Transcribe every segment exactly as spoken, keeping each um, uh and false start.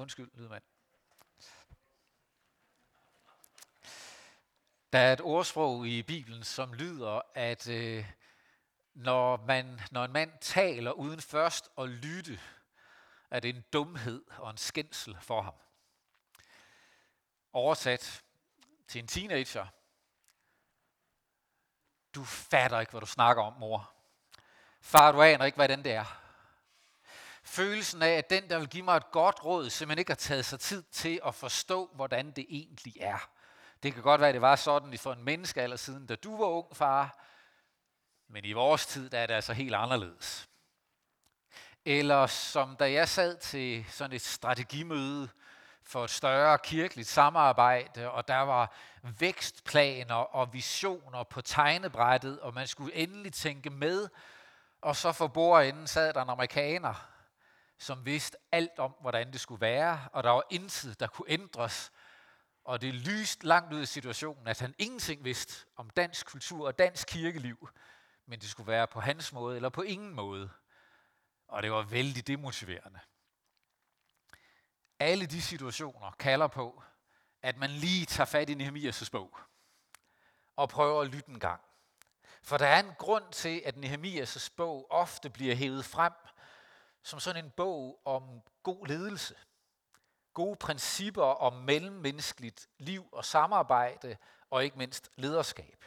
Undskyld, lydmand. Der er et ordsprog i Bibelen, som lyder, at øh, når, man, når en mand taler uden først at lytte, er det en dumhed og en skændsel for ham. Oversat til en teenager. Du fatter ikke, hvad du snakker om, mor. Far, du aner ikke, hvordan det er. Følelsen af, at den, der vil give mig et godt råd, simpelthen ikke har taget sig tid til at forstå, hvordan det egentlig er. Det kan godt være, at det var sådan for en menneskealder siden, da du var ung, far. Men i vores tid, der er det altså helt anderledes. Eller som da jeg sad til sådan et strategimøde for et større kirkeligt samarbejde, og der var vækstplaner og visioner på tegnebrættet, og man skulle endelig tænke med, og så for bordenden sad der en amerikaner, som vidste alt om, hvordan det skulle være, og der var intet, der kunne ændres. Og det lyste langt ud af situationen, at han ingenting vidste om dansk kultur og dansk kirkeliv, men det skulle være på hans måde eller på ingen måde. Og det var vældig demotiverende. Alle de situationer kalder på, at man lige tager fat i Nehemias' bog og prøver at lytte en gang. For der er en grund til, at Nehemias' bog ofte bliver hævet frem som sådan en bog om god ledelse. Gode principper om mellemmenneskeligt liv og samarbejde, og ikke mindst lederskab.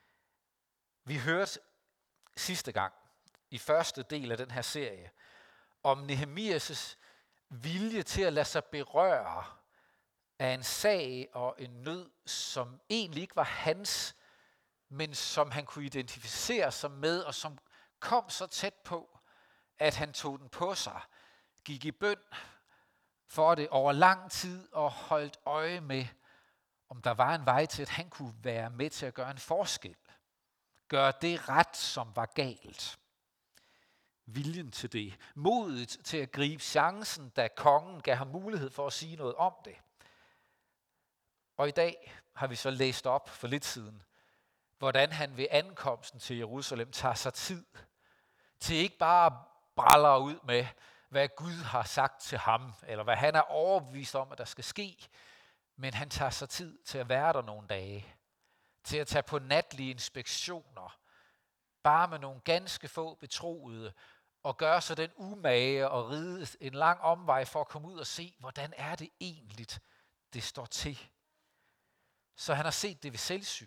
Vi hørte sidste gang, i første del af den her serie, om Nehemias' vilje til at lade sig berøre af en sag og en nød, som egentlig ikke var hans, men som han kunne identificere sig med, og som kom så tæt på, at han tog den på sig, gik i bøn for det over lang tid og holdt øje med, om der var en vej til, at han kunne være med til at gøre en forskel. Gøre det ret, som var galt. Viljen til det. Modet til at gribe chancen, da kongen gav ham mulighed for at sige noget om det. Og i dag har vi så læst op for lidt siden, hvordan han ved ankomsten til Jerusalem tager sig tid til ikke bare braller ud med, hvad Gud har sagt til ham, eller hvad han er overbevist om, at der skal ske, men han tager sig tid til at være der nogle dage, til at tage på natlige inspektioner, bare med nogle ganske få betroede, og gøre sig den umage og ride en lang omvej for at komme ud og se, hvordan er det egentlig, det står til. Så han har set det ved selvsyn.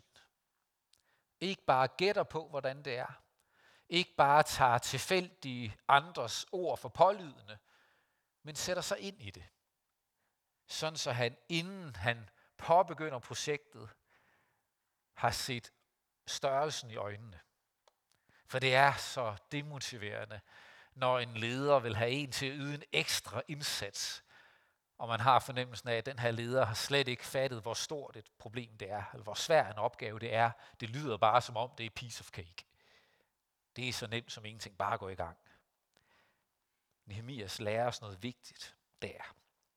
Ikke bare gætter på, hvordan det er. Ikke bare tager tilfældige andres ord for pålydende, men sætter sig ind i det. Sådan så han, inden han påbegynder projektet, har set størrelsen i øjnene. For det er så demotiverende, når en leder vil have en til at yde en ekstra indsats, og man har fornemmelsen af, at den her leder har slet ikke fattet, hvor stort et problem det er, eller hvor svær en opgave det er. Det lyder bare som om, det er piece of cake. Det er så nemt som ingenting, bare gå i gang. Nehemias lærer os noget vigtigt der.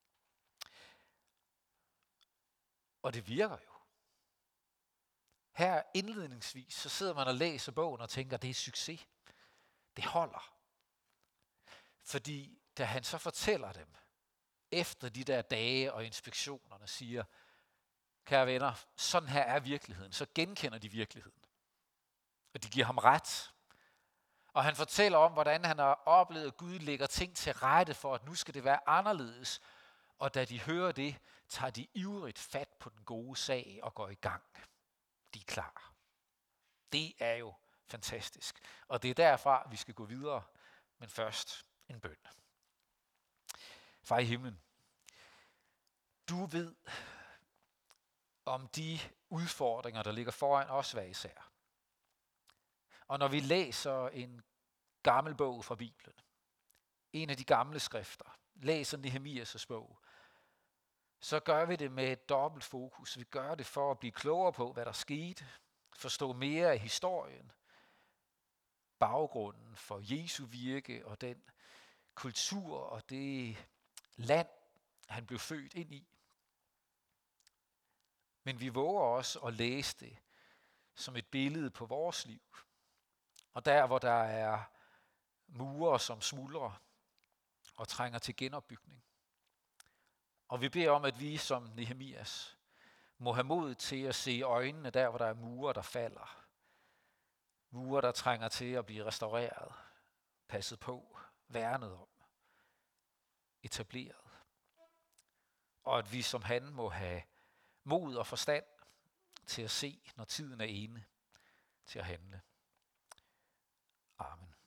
Og det virker jo. Her indledningsvis, så sidder man og læser bogen og tænker, det er succes. Det holder. Fordi da han så fortæller dem, efter de der dage og inspektionerne, siger, kære venner, sådan her er virkeligheden, så genkender de virkeligheden. Og de giver ham ret. Og han fortæller om, hvordan han har oplevet, at Gud lægger ting til rette for, at nu skal det være anderledes. Og da de hører det, tager de ivrigt fat på den gode sag og går i gang. De er klar. Det er jo fantastisk. Og det er derfra, vi skal gå videre. Men først en bøn. Far i himlen, du ved om de udfordringer, der ligger foran os hver især. Og når vi læser en gammel bog fra Bibelen, en af de gamle skrifter, læser Nehemias' bog, så gør vi det med et dobbelt fokus. Vi gør det for at blive klogere på, hvad der skete, forstå mere af historien, baggrunden for Jesu virke og den kultur og det land, han blev født ind i. Men vi våger også at læse det som et billede på vores liv. Og der, hvor der er mure, som smuldrer og trænger til genopbygning, Og vi beder om, at vi som Nehemias må have mod til at se i øjnene der, hvor der er mure, der falder. Mure, der trænger til at blive restaureret, passet på, værnet om, etableret. Og at vi som han må have mod og forstand til at se, når tiden er inde til at handle. Amen.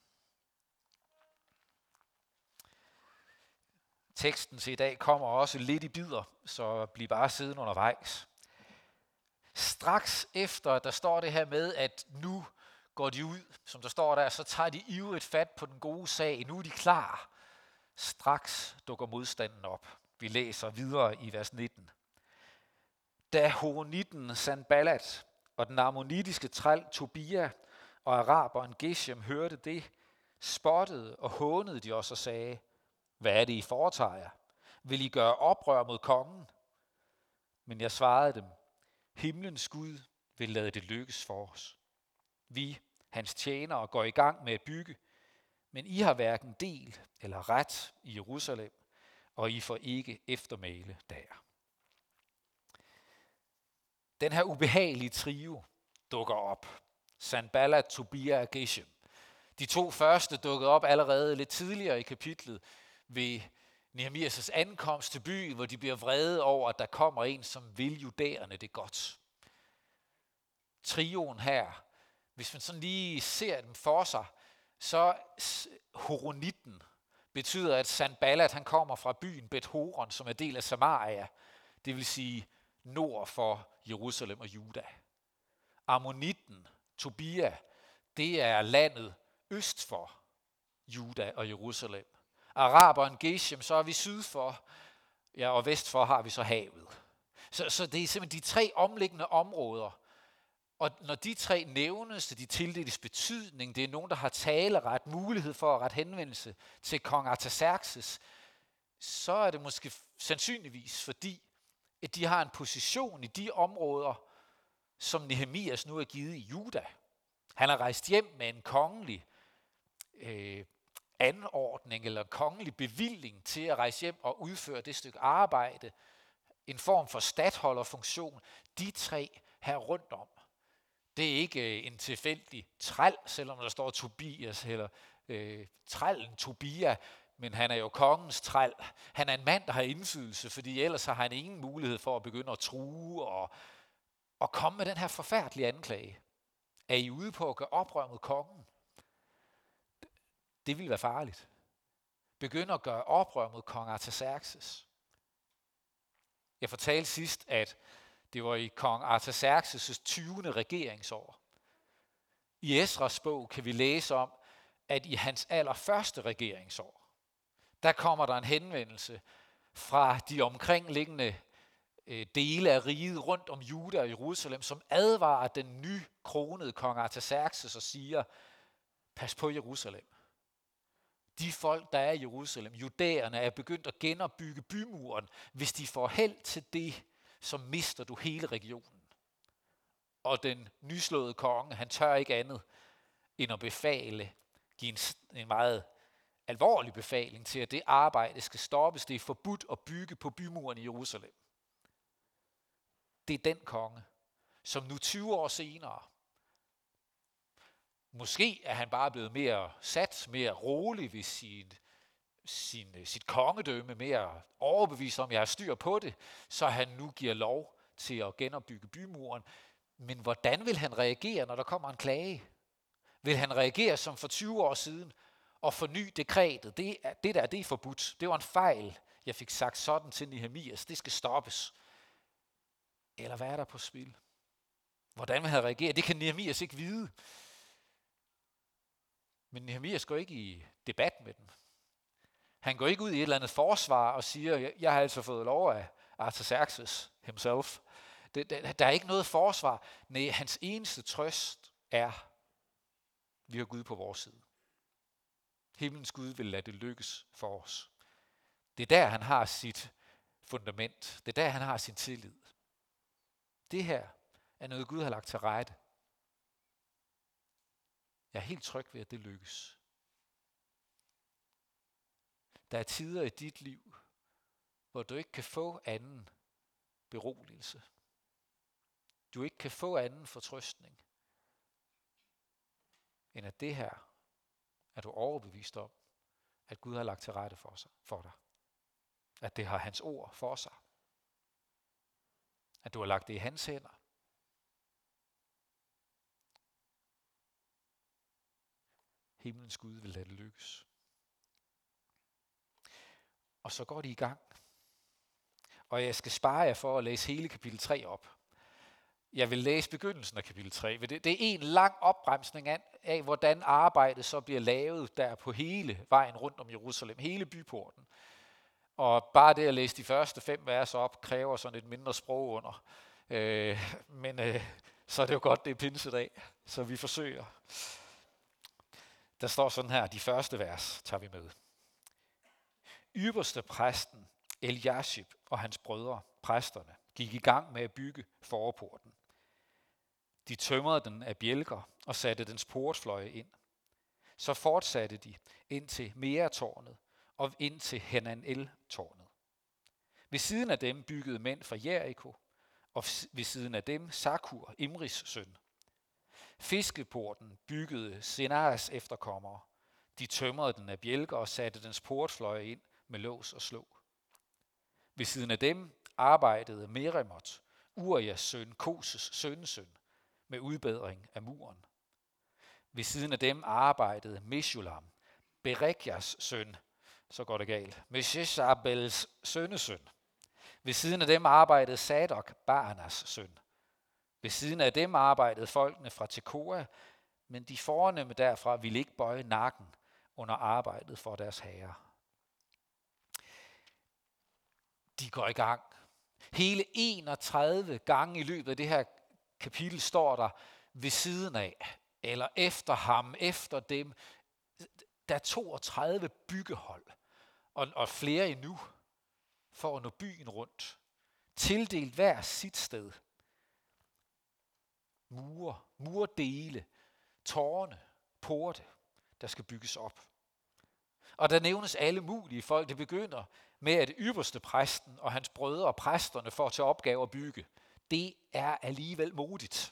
Teksten til i dag kommer også lidt i bidder, så bliv bare siddende undervejs. Straks efter, der står det her med, at nu går de ud, som der står der, så tager de ivrigt fat på den gode sag. Nu er de klar. Straks dukker modstanden op. Vi læser videre i vers nitten. Da horonitten Sanballat og den ammonitiske træl Tobia og araberen Geshem hørte det, spottede og hånede de også og sagde, hvad er det, I foretager jer? Vil I gøre oprør mod kongen? Men jeg svarede dem, himlens Gud vil lade det lykkes for os. Vi, hans tjenere, går i gang med at bygge, men I har hverken del eller ret i Jerusalem, og I får ikke eftermæle der. Den her ubehagelige trio dukker op. Sanballat, Tobia og Geshem. De to første dukkede op allerede lidt tidligere i kapitlet ved Nehemias' ankomst til byen, hvor de bliver vrede over, at der kommer en, som vil judæerne det godt. Trioen her, hvis man sådan lige ser dem for sig, så horonitten betyder, at Sanballat han kommer fra byen Bet Horon, som er del af Samaria, det vil sige nord for Jerusalem og Juda. Ammonitten, Tobia, det er landet øst for Juda og Jerusalem. Araberen Geshem, så er vi syd for, ja, og vest for har vi så havet. Så, så det er simpelthen de tre omliggende områder. Og når de tre nævnes, de tildeles betydning, det er nogen, der har taleret, mulighed for at rette henvendelse til kong Artaxerxes, så er det måske sandsynligvis fordi, at de har en position i de områder, som Nehemias nu er givet i Juda. Han har rejst hjem med en kongelig øh, anordning eller kongelig bevilling til at rejse hjem og udføre det stykke arbejde, en form for statholderfunktion, de tre her rundt om. Det er ikke en tilfældig træl, selvom der står Tobias eller øh, trællen Tobia, men han er jo kongens træl. Han er en mand, der har indflydelse, fordi ellers har han ingen mulighed for at begynde at true og, og komme med den her forfærdelige anklage. Er I ude på at gøre oprør mod kongen? Det ville være farligt. Begynde at gøre oprør mod kong Artaxerxes. Jeg fortalte sidst, at det var i kong Artaxerxes' tyvende regeringsår. I Esras bog kan vi læse om, at i hans allerførste regeringsår, der kommer der en henvendelse fra de omkringliggende dele af riget rundt om Juda og Jerusalem, som advarer den nykronede kong Artaxerxes og siger, pas på Jerusalem. De folk, der er i Jerusalem, judæerne, er begyndt at genopbygge bymuren. Hvis de får held til det, så mister du hele regionen. Og den nyslåede konge, han tør ikke andet end at befale, give en, en meget alvorlig befaling til, at det arbejde skal stoppes. Det er forbudt at bygge på bymuren i Jerusalem. Det er den konge, som nu tyve år senere, måske er han bare blevet mere sat, mere rolig ved sin, sin, sit kongedømme, mere overbevist om, at jeg har styr på det, så han nu giver lov til at genopbygge bymuren. Men hvordan vil han reagere, når der kommer en klage? Vil han reagere som for tyve år siden og forny dekretet? Det, det der, det er forbudt. Det var en fejl. Jeg fik sagt sådan til Nehemias. Det skal stoppes. Eller hvad er der på spil? Hvordan vil han reagere? Det kan Nehemias ikke vide. Men Nehemias går ikke i debat med dem. Han går ikke ud i et eller andet forsvar og siger, jeg har altså fået lov af Artaxerxes himself. Det, det, der er ikke noget forsvar. Nej, hans eneste trøst er, vi har Gud på vores side. Himlens Gud vil lade det lykkes for os. Det er der, han har sit fundament. Det er der, han har sin tillid. Det her er noget, Gud har lagt til rette. Jeg er helt tryg ved, at det lykkes. Der er tider i dit liv, hvor du ikke kan få anden beroligelse. Du ikke kan få anden fortrøstning, end at det her er du overbevist om, at Gud har lagt til rette for, sig, for dig. At det har hans ord for sig. At du har lagt det i hans hænder. Himlens Gud vil lade det lykkes. Og så går de i gang. Og jeg skal spare jer for at læse hele kapitel tre op. Jeg vil læse begyndelsen af kapitel tre. Det er en lang opbremsning af, af, hvordan arbejdet så bliver lavet der på hele vejen rundt om Jerusalem. Hele byporten. Og bare det at læse de første fem vers op, kræver sådan et mindre sprog under. Øh, men øh, så er det jo godt, det er pinsedag, så vi forsøger. Der står sådan her, de første vers tager vi med. Ypperste præsten Eliashib og hans brødre, præsterne, gik i gang med at bygge forporten. De tømrede den af bjælker og satte dens portfløje ind. Så fortsatte de ind til Meatårnet og ind til Hananel-tårnet. Ved siden af dem byggede mænd fra Jericho, og ved siden af dem Sakur, Imris søn. Fiskeporten byggede Senaas efterkommere. De tømrede den af bjælker og satte dens portfløje ind med lås og slå. Ved siden af dem arbejdede Meremot, Urias søn, Koses sønnesøn, med udbedring af muren. Ved siden af dem arbejdede Meshulam, Berekjas søn, så går det galt, Mesheshabels sønnesøn. Ved siden af dem arbejdede Sadok, Baanas søn. Ved siden af dem arbejdede folkene fra Tekoa, men de fornemme derfra ville ikke bøje nakken under arbejdet for deres herre. De går i gang. Hele enogtredive gange i løbet af det her kapitel står der ved siden af, eller efter ham, efter dem. Der er toogtredive byggehold, og, og flere endnu, for at nå byen rundt. Tildelt hver sit sted. Mure, murdele, tårne, porte, der skal bygges op. Og der nævnes alle mulige folk. Det begynder med, at ypperste præsten og hans brødre og præsterne får til opgave at bygge. Det er alligevel modigt.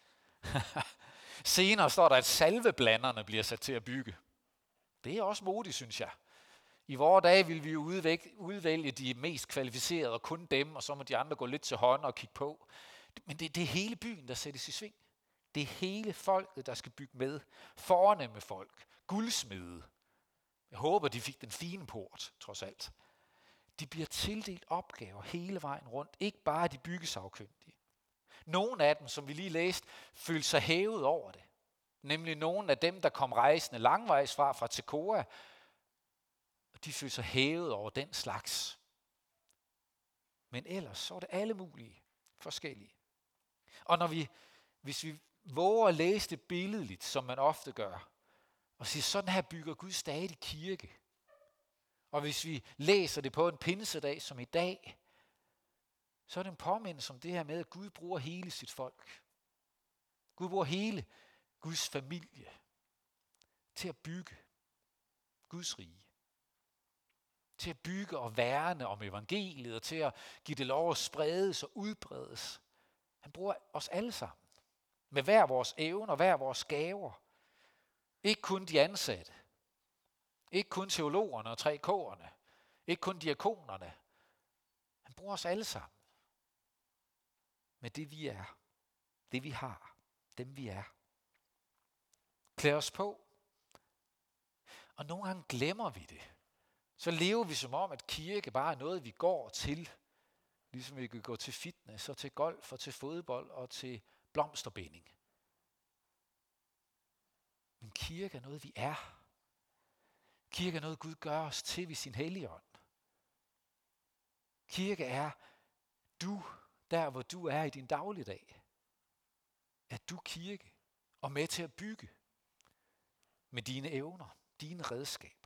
Senere står der, at salveblanderne bliver sat til at bygge. Det er også modigt, synes jeg. I vore dage vil vi jo udvælge de mest kvalificerede, og kun dem, og så må de andre gå lidt til hånden og kigge på. Men det, det er hele byen, der sættes i sving. Det er hele folket, der skal bygge med. Fornemme folk, guldsmede. Jeg håber, de fik den fine port, trods alt. De bliver tildelt opgaver hele vejen rundt, ikke bare de byggesagkyndige. Nogle af dem, som vi lige læste, følte sig hævet over det. Nemlig nogle af dem, der kom rejsende langvejs fra, fra Tekoa, de følte sig hævet over den slags. Men ellers så er det alle mulige forskellige. Og når vi, hvis vi våger at læse det billedligt, som man ofte gør, og siger, sådan her bygger Gud stadig kirke. Og hvis vi læser det på en pinsedag som i dag, så er det en påmindelse om det her med, at Gud bruger hele sit folk. Gud bruger hele Guds familie til at bygge Guds rige. Til at bygge og værne om evangeliet, og til at give det lov at spredes og udbredes. Han bruger os alle sammen. Med hver vores evner og hver vores gaver. Ikke kun de ansatte. Ikke kun teologerne og tre K'erne. Ikke kun diakonerne. Han bruger os alle sammen. Med det vi er. Det vi har. Dem vi er. Klæd os på. Og nogle gange glemmer vi det. Så lever vi som om, at kirke bare er noget, vi går til. Ligesom vi kan gå til fitness og til golf og til fodbold og til blomsterbinding. Men kirke er noget, vi er. Kirke er noget, Gud gør os til ved sin hellige ånd. Kirke er du, der hvor du er i din dagligdag. Er du kirke og med til at bygge med dine evner, dine redskaber.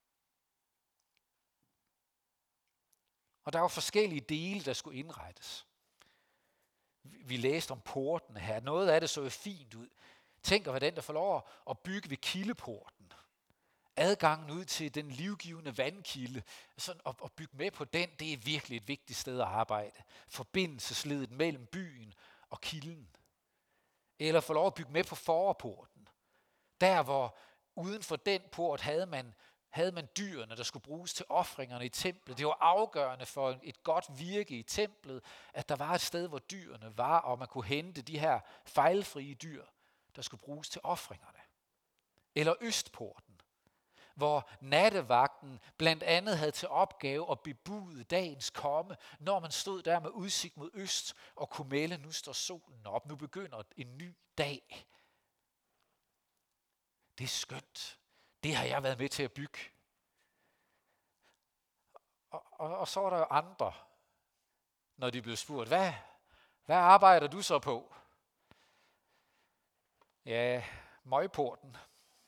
Og der var forskellige dele, der skulle indrettes. Vi læste om portene her. Noget af det så jo fint ud. Tænk at være den, der får lov at bygge ved kildeporten. Adgangen ud til den livgivende vandkilde, sådan at, at bygge med på den, det er virkelig et vigtigt sted at arbejde. Forbindelsesledet mellem byen og kilden. Eller få lov at bygge med på forporten. Der hvor uden for den port havde man, havde man dyrene, der skulle bruges til ofringerne i templet. Det var afgørende for et godt virke i templet, at der var et sted, hvor dyrene var, og man kunne hente de her fejlfrie dyr, der skulle bruges til ofringerne. Eller østporten, hvor nattevagten blandt andet havde til opgave at bebude dagens komme, når man stod der med udsigt mod øst og kunne melde, nu står solen op, nu begynder en ny dag. Det er skønt. Det har jeg været med til at bygge. Og, og, og så var der jo andre, når de blev spurgt, hvad, hvad arbejder du så på? Ja, møgporten.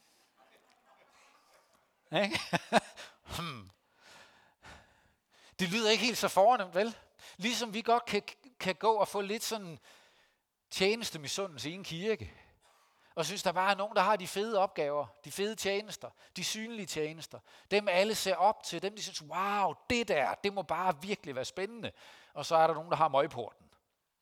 hmm. Det lyder ikke helt så fornemt, vel? Ligesom vi godt kan, kan gå og få lidt sådan tjenestemissundelse i en kirke. Og synes, der bare er nogen, der har de fede opgaver, de fede tjenester, de synlige tjenester. Dem alle ser op til, dem de synes, wow, det der, det må bare virkelig være spændende. Og så er der nogen, der har møgporten.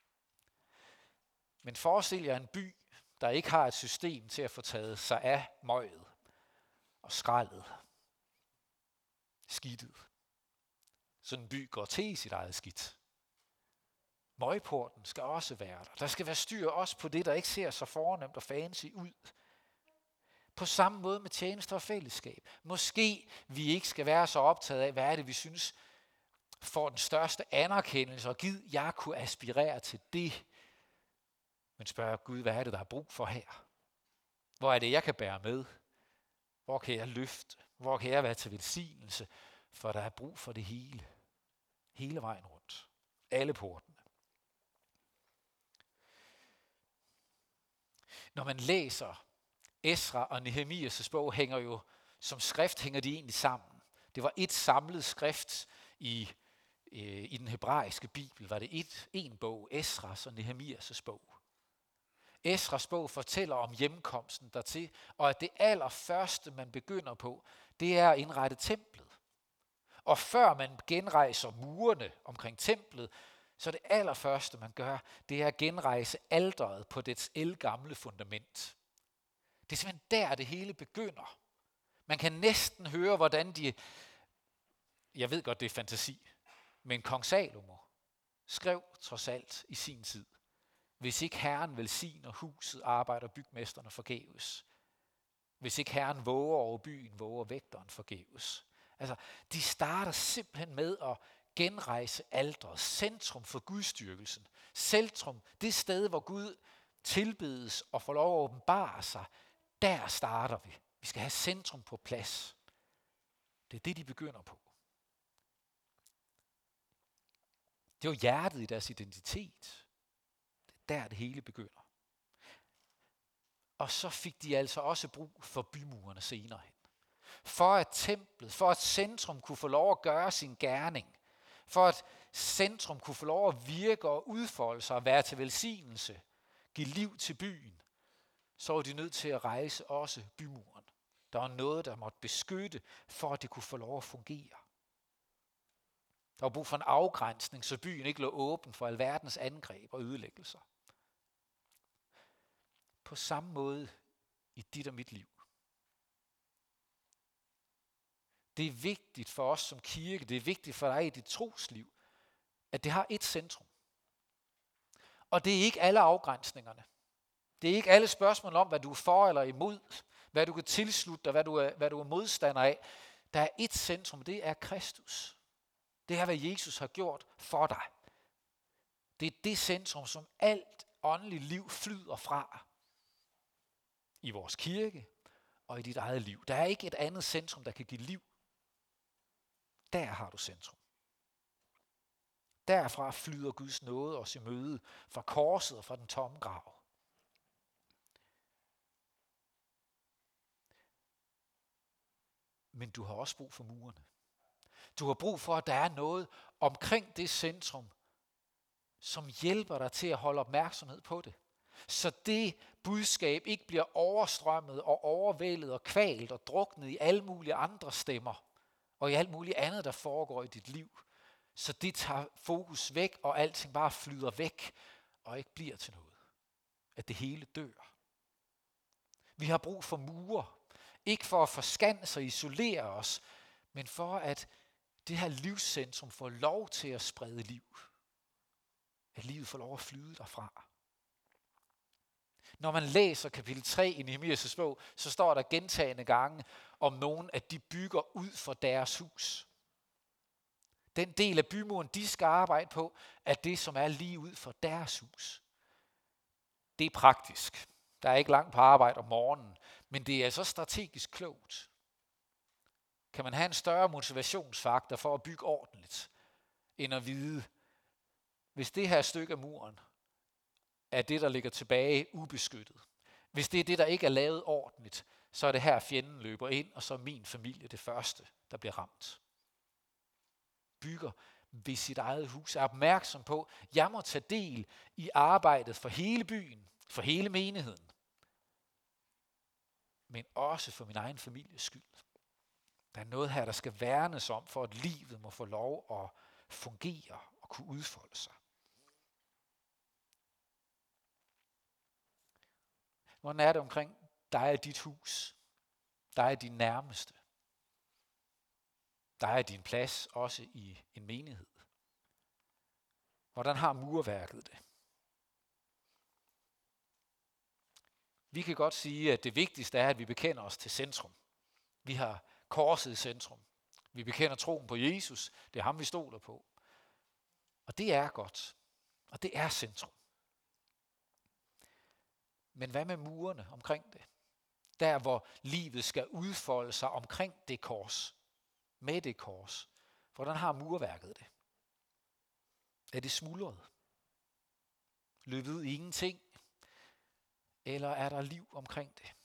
Men forestil jer en by, der ikke har et system til at få taget sig af møget og skraldet, skidtet. Sådan en by går til i sit eget skidt. Møgporten skal også være der. Der skal være styr også på det, der ikke ser så fornemt og fancy ud. På samme måde med tjenester og fællesskab. Måske vi ikke skal være så optaget af, hvad er det, vi synes får den største anerkendelse, og gid jeg kunne aspirere til det. Men spørg Gud, hvad er det, der er brug for her? Hvor er det, jeg kan bære med? Hvor kan jeg løfte? Hvor kan jeg være til velsignelse? For der er brug for det hele. Hele vejen rundt. Alle portene. Når man læser Esra og Nehemias' bog, hænger jo som skrift hænger de egentlig sammen. Det var et samlet skrift i, øh, i den hebraiske bibel. Var det et, en bog, Esras og Nehemias' bog. Esras bog fortæller om hjemkomsten dertil, og at det allerførste, man begynder på, det er at indrette templet. Og før man genrejser murene omkring templet, så det allerførste, man gør, det er at genrejse alteret på dets ældgamle fundament. Det er simpelthen der, det hele begynder. Man kan næsten høre, hvordan de, jeg ved godt, det er fantasi, men kong Salomo skrev trods alt i sin tid, hvis ikke Herren velsigner huset, arbejder bygmesterne forgæves. Hvis ikke Herren våger over byen, våger vægteren forgæves. Altså, de starter simpelthen med at genrejse alteret, centrum for gudstyrkelsen. Centrum, det sted, hvor Gud tilbedes og får lov at åbenbare sig, der starter vi. Vi skal have centrum på plads. Det er det, de begynder på. Det er jo hjertet i deres identitet. Det er der, det hele begynder. Og så fik de altså også brug for bymurene senere hen. For at templet, for at centrum kunne få lov at gøre sin gerning, for at centrum kunne få lov at virke og udfolde sig og være til velsignelse, give liv til byen, så var de nødt til at rejse også bymuren. Der var noget, der måtte beskytte, for at det kunne få lov at fungere. Der var brug for en afgrænsning, så byen ikke lå åben for alverdens angreb og ødelæggelser. På samme måde i dit og mit liv. Det er vigtigt for os som kirke, det er vigtigt for dig i dit trosliv, at det har et centrum. Og det er ikke alle afgrænsningerne. Det er ikke alle spørgsmål om, hvad du er for eller imod, hvad du kan tilslutte dig, hvad du er, hvad du er modstander af. Der er et centrum, det er Kristus. Det er, hvad Jesus har gjort for dig. Det er det centrum, som alt åndeligt liv flyder fra. I vores kirke og i dit eget liv. Der er ikke et andet centrum, der kan give liv. Der har du centrum. Derfra flyder Guds nåde os i møde, fra korset og fra den tomme grav. Men du har også brug for murene. Du har brug for, at der er noget omkring det centrum, som hjælper dig til at holde opmærksomhed på det. Så det budskab ikke bliver overstrømmet og overvældet og kvalt og druknet i alle mulige andre stemmer og i alt muligt andet, der foregår i dit liv. Så det tager fokus væk, og alting bare flyder væk og ikke bliver til noget. At det hele dør. Vi har brug for mure. Ikke for at forskanse og isolere os, men for at det her livscentrum får lov til at sprede liv. At livet får lov at flyde derfra. Når man læser kapitel tre i Nehemias' bog, så står der gentagende gange om nogen, at de bygger ud for deres hus. Den del af bymuren, de skal arbejde på, er det, som er lige ud for deres hus. Det er praktisk. Der er ikke langt på arbejde om morgenen, men det er så strategisk klogt. Kan man have en større motivationsfaktor for at bygge ordentligt, end at vide, hvis det her stykke af muren er det, der ligger tilbage ubeskyttet. Hvis det er det, der ikke er lavet ordentligt, så er det her, fjenden løber ind, og så er min familie det første, der bliver ramt. Bygger ved sit eget hus, er opmærksom på, at jeg må tage del i arbejdet for hele byen, for hele menigheden, men også for min egen families skyld. Der er noget her, der skal værnes om, for at livet må få lov at fungere og kunne udfolde sig. Hvordan er det omkring dig og dit hus? Dig og din nærmeste? Dig og din plads også i en menighed? Hvordan har murværket det? Vi kan godt sige, at det vigtigste er, at vi bekender os til centrum. Vi har korset i centrum. Vi bekender troen på Jesus. Det er ham, vi stoler på. Og det er godt. Og det er centrum. Men hvad med murene omkring det? Der, hvor livet skal udfolde sig omkring det kors. Med det kors. Hvordan har murværket det? Er det smuldret? Løbet ud i ingenting? Eller er der liv omkring det?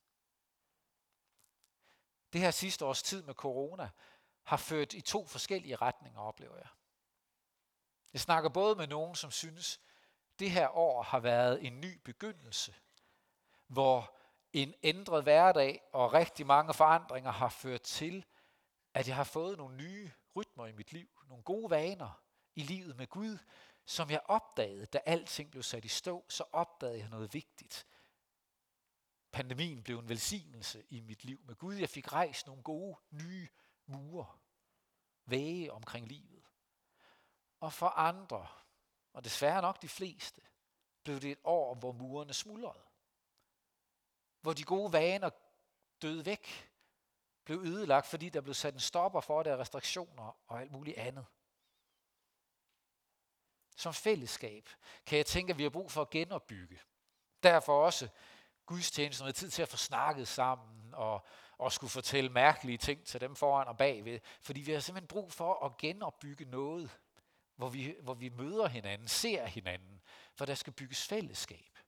Det her sidste års tid med corona har ført i to forskellige retninger, oplever jeg. Jeg snakker både med nogen, som synes, det her år har været en ny begyndelse, hvor en ændret hverdag og rigtig mange forandringer har ført til, at jeg har fået nogle nye rytmer i mit liv, nogle gode vaner i livet med Gud, som jeg opdagede, da alting blev sat i stå, så opdagede jeg noget vigtigt. Pandemien blev en velsignelse i mit liv med Gud. Jeg fik rejst nogle gode, nye mure, vægge omkring livet. Og for andre, og desværre nok de fleste, blev det et år, hvor murene smuldrede. Hvor de gode vaner døde væk, blev ødelagt, fordi der blev sat en stopper for det af restriktioner og alt muligt andet. Som fællesskab kan jeg tænke, at vi har brug for at genopbygge. Derfor også gudstjenesten med tid til at få snakket sammen og, og skulle fortælle mærkelige ting til dem foran og bagved. Fordi vi har simpelthen brug for at genopbygge noget, hvor vi, hvor vi møder hinanden, ser hinanden, for der skal bygges fællesskab.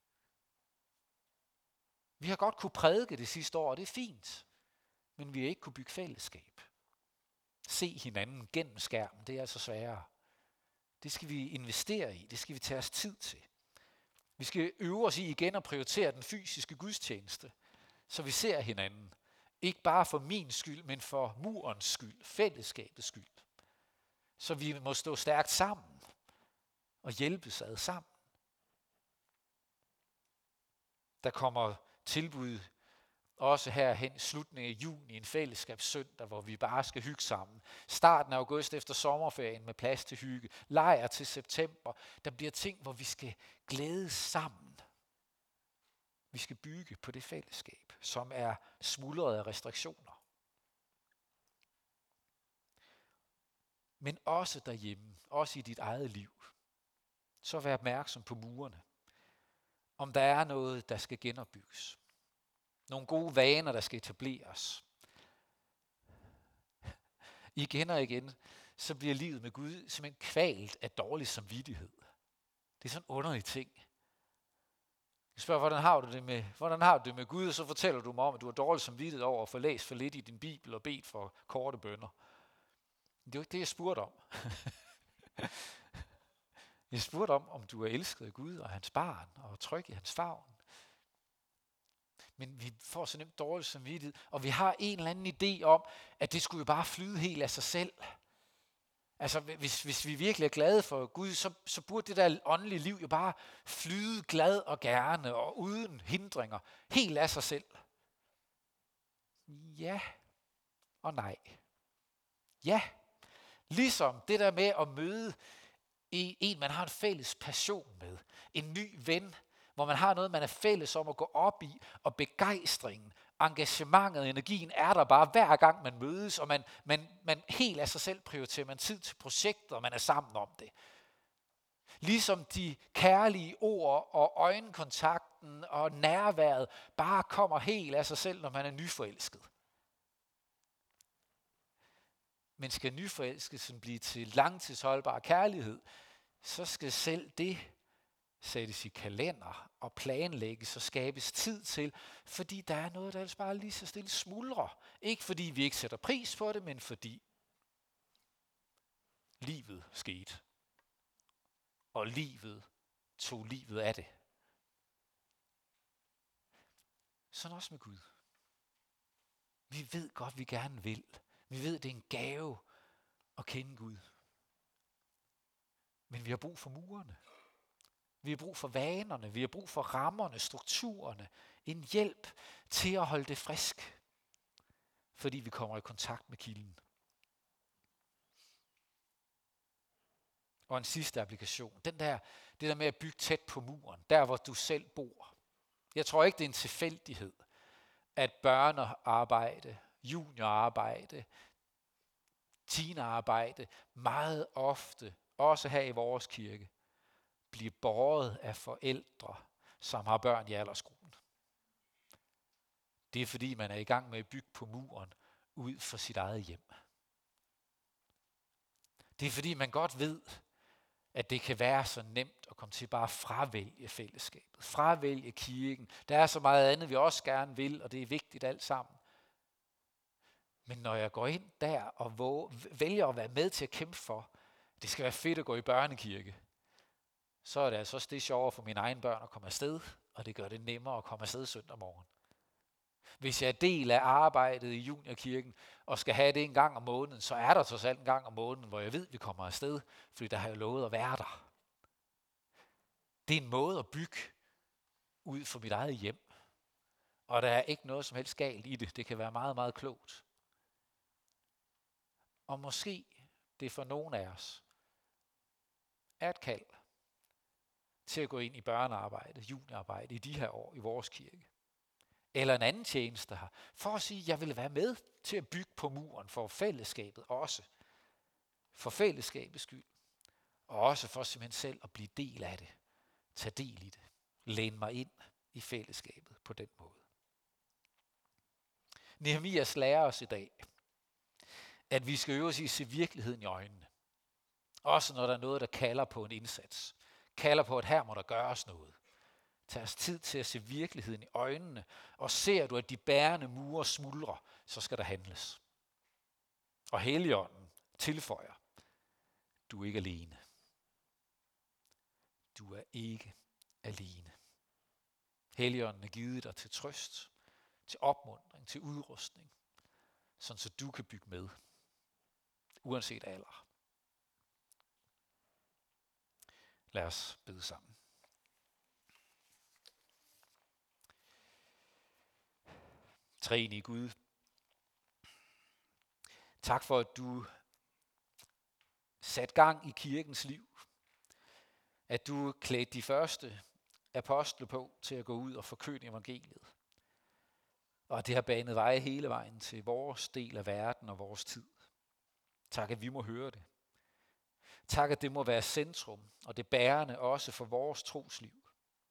Vi har godt kunne prædike det sidste år, og det er fint, men vi har ikke kunne bygge fællesskab. Se hinanden gennem skærmen, det er altså sværere. Det skal vi investere i, det skal vi tage os tid til. Vi skal øve os i igen at prioritere den fysiske gudstjeneste, så vi ser hinanden. Ikke bare for min skyld, men for murens skyld, fællesskabets skyld. Så vi må stå stærkt sammen og hjælpes ad sammen. Der kommer tilbud også her hen i slutningen af juni, en fællesskabssøndag, hvor vi bare skal hygge sammen. Starten af august efter sommerferien med plads til hygge. Lejr til september. Der bliver ting, hvor vi skal glædes sammen. Vi skal bygge på det fællesskab, som er smuldret af restriktioner. Men også derhjemme, også i dit eget liv, så vær opmærksom på murene. Om der er noget, der skal genopbygges. Nogle gode vaner, der skal etableres. Igen og igen, så bliver livet med Gud simpelthen kvalt af dårlig samvittighed. Det er sådan en underlig ting. Jeg spørger, hvordan har du det med, hvordan har du det med Gud, og så fortæller du mig om, at du har dårlig samvittighed over at få læst for lidt i din bibel og bedt for korte bønner. Det er jo ikke det, jeg spurgte om. Jeg spurgte om, om du er elsket af Gud og hans barn og tryg i hans favn. Men vi får så nemt dårlig samvittighed, og vi har en eller anden idé om, at det skulle jo bare flyde helt af sig selv. Altså, hvis, hvis vi virkelig er glade for Gud, så, så burde det der åndelige liv jo bare flyde glad og gerne og uden hindringer, helt af sig selv. Ja og nej. Ja, ligesom det der med at møde en, man har en fælles passion med, en ny ven, hvor man har noget, man er fælles om at gå op i, og begejstringen, engagementet, energien er der bare hver gang man mødes, og man, man, man helt af sig selv prioriterer man tid til projektet, og man er sammen om det. Ligesom de kærlige ord og øjenkontakten og nærværet bare kommer helt af sig selv, når man er nyforelsket. Men skal nyforelskelsen blive til langtidsholdbar kærlighed, så skal selv det sættes i kalender og planlægges og skabes tid til, fordi der er noget, der ellers bare lige så stille smuldrer. Ikke fordi vi ikke sætter pris på det, men fordi livet skete. Og livet tog livet af det. Sådan også med Gud. Vi ved godt, vi gerne vil. Vi ved, det er en gave at kende Gud. Men vi har brug for murene. Vi har brug for vanerne. Vi har brug for rammerne, strukturerne. En hjælp til at holde det frisk. Fordi vi kommer i kontakt med kilden. Og en sidste applikation. Den der, det der med at bygge tæt på muren. Der, hvor du selv bor. Jeg tror ikke, det er en tilfældighed, at børnearbejde, juniorarbejde, teenarbejde meget ofte, også her i vores kirke, bliver båret af forældre, som har børn i aldersgruppen. Det er fordi, man er i gang med at bygge på muren ud for sit eget hjem. Det er fordi, man godt ved, at det kan være så nemt at komme til bare at fravælge fællesskabet, fravælge kirken. Der er så meget andet, vi også gerne vil, og det er vigtigt alt sammen. Men når jeg går ind der og vælger at være med til at kæmpe for, det skal være fedt at gå i børnekirke, så er det altså også det sjovere for mine egne børn at komme afsted, og det gør det nemmere at komme afsted søndag morgen. Hvis jeg er del af arbejdet i juniorkirken og skal have det en gang om måneden, så er der trods alt en gang om måneden, hvor jeg ved, at vi kommer afsted, fordi der har jeg lovet at være der. Det er en måde at bygge ud for mit eget hjem, og der er ikke noget som helst galt i det. Det kan være meget, meget klogt. Og måske det for nogen af os er et kald til at gå ind i børnearbejde, juniorarbejde i de her år i vores kirke. Eller en anden tjeneste her, for at sige, at jeg vil være med til at bygge på muren for fællesskabet også. For fællesskabets skyld. Og også for simpelthen selv at blive del af det. Tag del i det. Læn mig ind i fællesskabet på den måde. Nehemias lærer os i dag, at vi skal øve os i at se virkeligheden i øjnene. Også når der er noget, der kalder på en indsats. Kalder på, at her må der gøres noget. Tag os tid til at se virkeligheden i øjnene, og ser du, at de bærende mure smuldrer, så skal der handles. Og Helligånden tilføjer, du er ikke alene. Du er ikke alene. Helligånden er givet dig til trøst, til opmuntring, til udrustning, sådan så du kan bygge med, uanset alder. Lad os bede sammen. Treenige Gud, tak for, at du satte gang i kirkens liv. At du klædte de første apostle på til at gå ud og forkynde evangeliet. Og at det har banet veje hele vejen til vores del af verden og vores tid. Tak, at vi må høre det. Tak, at det må være centrum og det bærende også for vores trosliv.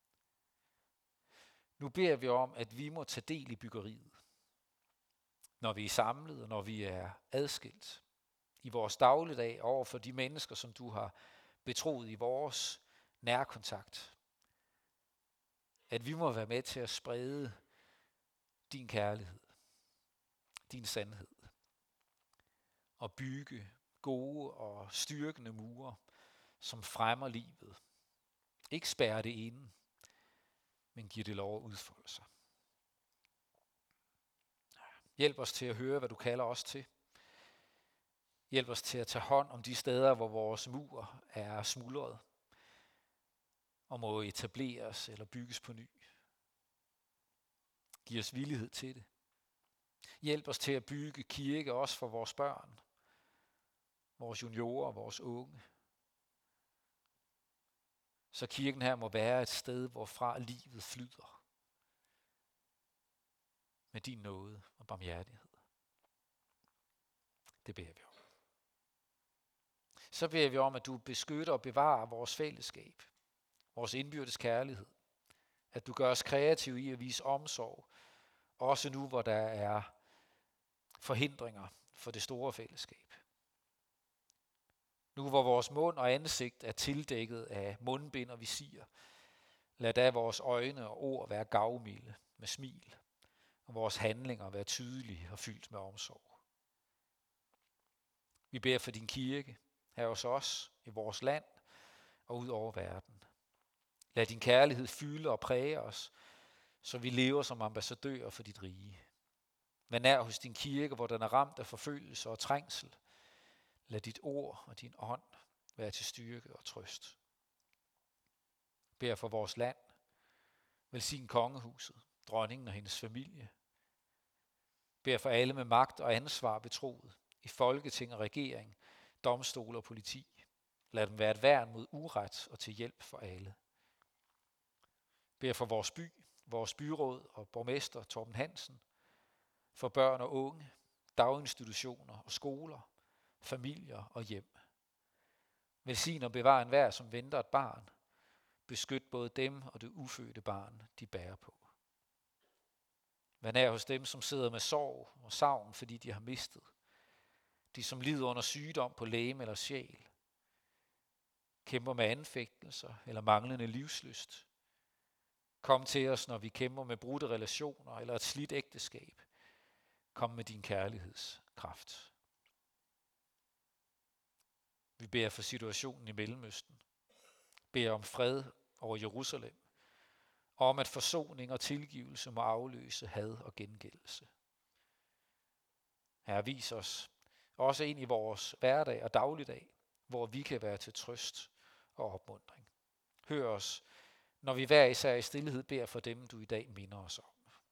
Nu beder vi om, at vi må tage del i byggeriet. Når vi er samlet og når vi er adskilt. I vores dagligdag over for de mennesker, som du har betroet i vores nærkontakt. At vi må være med til at sprede din kærlighed, din sandhed. Og bygge gode og styrkende mure, som fremmer livet. Ikke spærrer det inde, men giver det lov at udfolde sig. Hjælp os til at høre, hvad du kalder os til. Hjælp os til at tage hånd om de steder, hvor vores mur er smuldret og må etableres eller bygges på ny. Giv os villighed til det. Hjælp os til at bygge kirke også for vores børn, vores juniorer og vores unge. Så kirken her må være et sted, hvorfra livet flyder med din nåde og barmhjertighed. Det beder vi om. Så beder vi om, at du beskytter og bevarer vores fællesskab, vores indbyrdes kærlighed. At du gør os kreative i at vise omsorg, også nu, hvor der er forhindringer for det store fællesskab. Nu, hvor vores mund og ansigt er tildækket af mundbind og visir, lad da vores øjne og ord være gavmilde med smil, og vores handlinger være tydelige og fyldt med omsorg. Vi beder for din kirke, her hos os, i vores land og ud over verden. Lad din kærlighed fylde og præge os, så vi lever som ambassadører for dit rige. Vær nær hos din kirke, hvor den er ramt af forfølgelse og trængsel. Lad dit ord og din ånd være til styrke og trøst. Bær for vores land. Velsign kongehuset, dronningen og hendes familie. Bær for alle med magt og ansvar betroet, i folketing og regering, domstol og politi. Lad dem være et værn mod uret og til hjælp for alle. Bær for vores by, vores byråd og borgmester Torben Hansen, for børn og unge, daginstitutioner og skoler, familier og hjem. Velsign og bevar enhver, som venter et barn. Beskyt både dem og det ufødte barn, de bærer på. Vær nær hos dem, som sidder med sorg og savn, fordi de har mistet. De, som lider under sygdom på legeme eller sjæl. Kæmper med anfægtelser eller manglende livslyst. Kom til os, når vi kæmper med brudte relationer eller et slidt ægteskab. Kom med din kærlighedskraft. Vi beder for situationen i Mellemøsten. Beder om fred over Jerusalem. Og om at forsoning og tilgivelse må afløse had og gengældelse. Herre, vis os også ind i vores hverdag og dagligdag, hvor vi kan være til trøst og opmuntring. Hør os, når vi hver især i stillhed beder for dem, du i dag minder os om.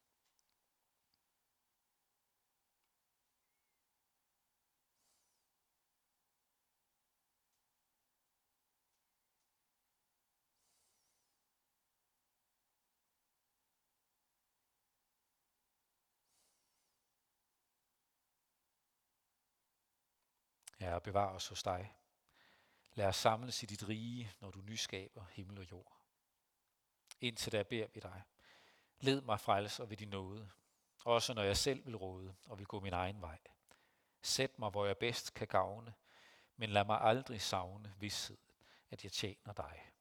Herre, bevar os hos dig. Lad os samles i dit rige, når du nyskaber himmel og jord. Indtil da beder vi dig. Led mig frelser ved din nåde, også når jeg selv vil råde og vil gå min egen vej. Sæt mig, hvor jeg bedst kan gavne, men lad mig aldrig savne vished, at jeg tjener dig.